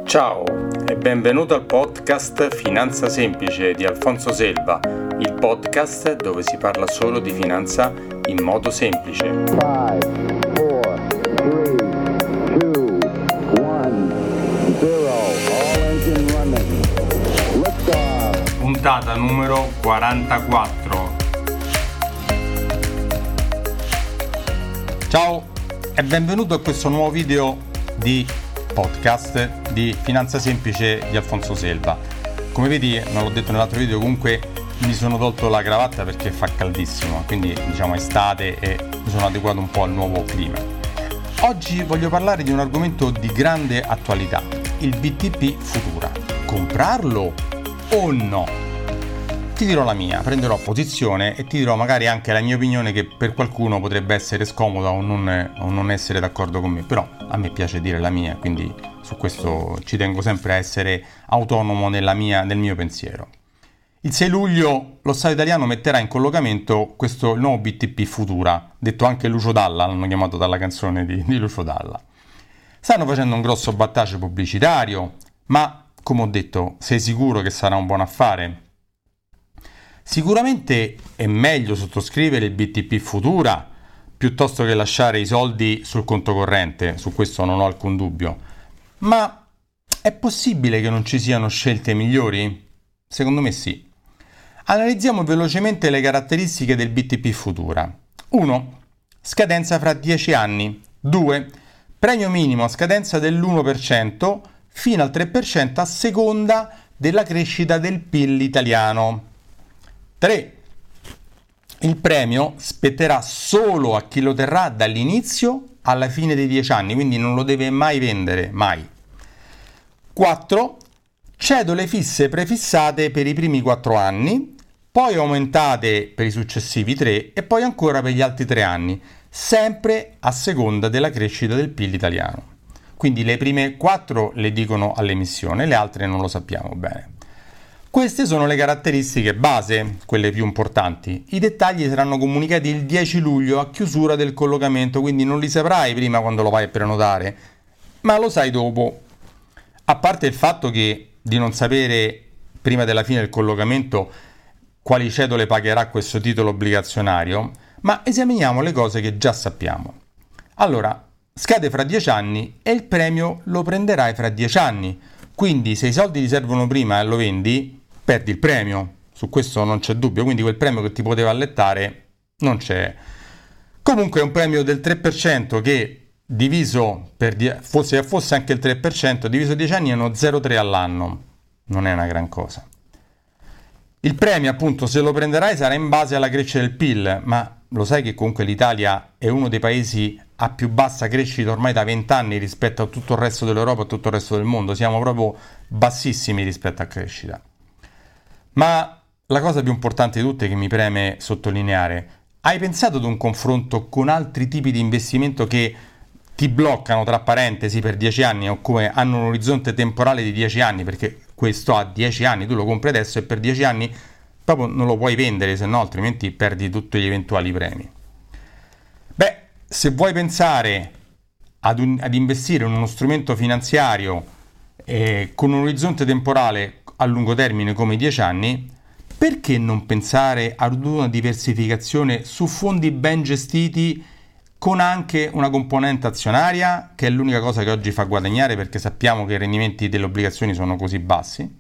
Ciao e benvenuto al podcast Finanza Semplice di Alfonso Selva, il podcast dove si parla solo di finanza in modo semplice. 5, 4, 3, 2, 1, 0, all engine running. Liftoff. Puntata numero 44. Ciao e benvenuto a questo nuovo video di podcast di Finanza Semplice di Alfonso Selva. Come vedi, non l'ho detto nell'altro video, comunque mi sono tolto la cravatta perché fa caldissimo, quindi diciamo estate, e mi sono adeguato un po' al nuovo clima. Oggi voglio parlare di un argomento di grande attualità, il BTP Futura. Comprarlo o no? Ti dirò la mia, prenderò posizione e ti dirò magari anche la mia opinione, che per qualcuno potrebbe essere scomoda o non essere d'accordo con me, però a me piace dire la mia, quindi su questo ci tengo sempre a essere autonomo nel mio pensiero. Il 6 luglio lo Stato italiano metterà in collocamento il nuovo BTP Futura, detto anche Lucio Dalla, l'hanno chiamato dalla canzone di Lucio Dalla. Stanno facendo un grosso battage pubblicitario, ma come ho detto, sei sicuro che sarà un buon affare? Sicuramente è meglio sottoscrivere il BTP Futura piuttosto che lasciare i soldi sul conto corrente, su questo non ho alcun dubbio. Ma è possibile che non ci siano scelte migliori? Secondo me sì. Analizziamo velocemente le caratteristiche del BTP Futura. 1. Scadenza fra 10 anni. 2. Premio minimo a scadenza dell'1% fino al 3% a seconda della crescita del PIL italiano. 3. Il premio spetterà solo a chi lo terrà dall'inizio alla fine dei 10 anni, quindi non lo deve mai vendere, mai. 4. Cedole fisse prefissate per i primi 4 anni, poi aumentate per i successivi 3 e poi ancora per gli altri 3 anni, sempre a seconda della crescita del PIL italiano. Quindi le prime 4 le dicono all'emissione, le altre non lo sappiamo bene. Queste sono le caratteristiche base, quelle più importanti. I dettagli saranno comunicati il 10 luglio a chiusura del collocamento, quindi non li saprai prima quando lo vai a prenotare, ma lo sai dopo. A parte il fatto che di non sapere prima della fine del collocamento quali cedole pagherà questo titolo obbligazionario, ma esaminiamo le cose che già sappiamo. Allora, scade fra 10 anni e il premio lo prenderai fra 10 anni, quindi se i soldi ti servono prima e lo vendi, perdi il premio, su questo non c'è dubbio, quindi quel premio che ti poteva allettare non c'è. Comunque è un premio del 3% che diviso se fosse anche il 3%, diviso 10 anni è uno 0,3 all'anno, non è una gran cosa. Il premio appunto, se lo prenderai, sarà in base alla crescita del PIL, ma lo sai che comunque l'Italia è uno dei paesi a più bassa crescita ormai da 20 anni rispetto a tutto il resto dell'Europa e a tutto il resto del mondo, siamo proprio bassissimi rispetto a crescita. Ma la cosa più importante di tutte che mi preme sottolineare: hai pensato ad un confronto con altri tipi di investimento che ti bloccano, tra parentesi, per 10 anni, o come hanno un orizzonte temporale di 10 anni, perché questo ha 10 anni, tu lo compri adesso e per 10 anni proprio non lo puoi vendere, se no altrimenti perdi tutti gli eventuali premi. Beh, se vuoi pensare ad investire in uno strumento finanziario con un orizzonte temporale a lungo termine come 10 anni, perché non pensare ad una diversificazione su fondi ben gestiti con anche una componente azionaria, che è l'unica cosa che oggi fa guadagnare, perché sappiamo che i rendimenti delle obbligazioni sono così bassi?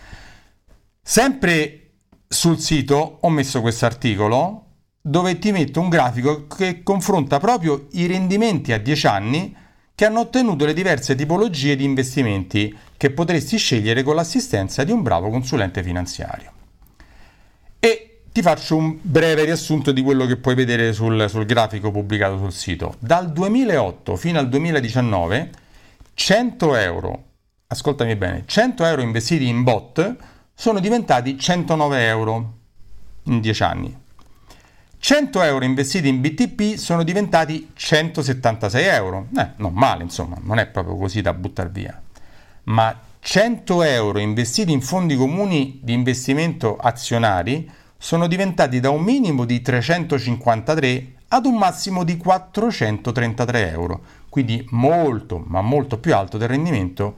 Sempre sul sito ho messo questo articolo dove ti metto un grafico che confronta proprio i rendimenti a 10 anni che hanno ottenuto le diverse tipologie di investimenti che potresti scegliere con l'assistenza di un bravo consulente finanziario. E ti faccio un breve riassunto di quello che puoi vedere sul grafico pubblicato sul sito. Dal 2008 fino al 2019, 100 euro, ascoltami bene, 100 euro investiti in bot sono diventati 109 euro in 10 anni. 100 euro investiti in BTP sono diventati 176 euro. Non male, insomma, non è proprio così da buttare via. Ma 100 euro investiti in fondi comuni di investimento azionari sono diventati da un minimo di 353 ad un massimo di 433 euro. Quindi molto, ma molto più alto del rendimento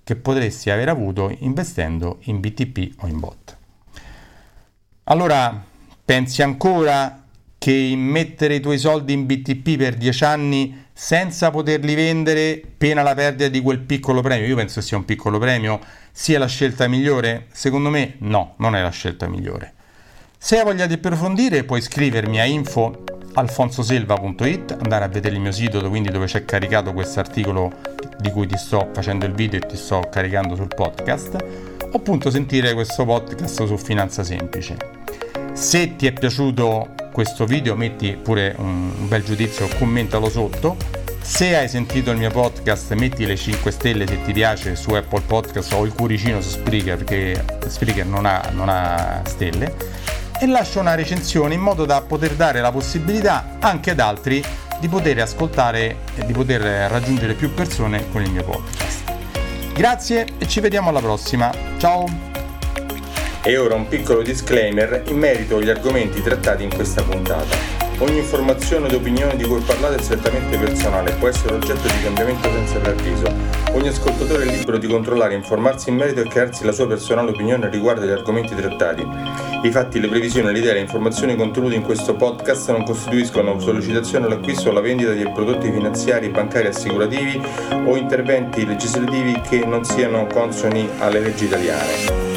che potresti aver avuto investendo in BTP o in bot. Allora, pensi ancora che immettere i tuoi soldi in BTP per 10 anni senza poterli vendere, pena la perdita di quel piccolo premio? Io penso sia un piccolo premio, sia la scelta migliore? Secondo me no, non è la scelta migliore. Se hai voglia di approfondire puoi scrivermi a info@alfonsoselva.it, andare a vedere il mio sito, quindi dove c'è caricato questo articolo di cui ti sto facendo il video e ti sto caricando sul podcast, o appunto sentire questo podcast su Finanza Semplice. Se ti è piaciuto questo video metti pure un bel giudizio, commentalo sotto. Se hai sentito il mio podcast metti le 5 stelle se ti piace su Apple Podcast o il cuoricino su Spreaker, perché Spreaker non ha stelle, e lascia una recensione in modo da poter dare la possibilità anche ad altri di poter ascoltare e di poter raggiungere più persone con il mio podcast. Grazie e ci vediamo alla prossima. Ciao! E ora un piccolo disclaimer in merito agli argomenti trattati in questa puntata. Ogni informazione ed opinione di cui parlate è strettamente personale e può essere oggetto di cambiamento senza preavviso. Ogni ascoltatore è libero di controllare, informarsi in merito e crearsi la sua personale opinione riguardo agli argomenti trattati. I fatti, le previsioni, le idee e le informazioni contenute in questo podcast non costituiscono sollecitazione all'acquisto o alla vendita di prodotti finanziari, bancari, assicurativi o interventi legislativi che non siano consoni alle leggi italiane.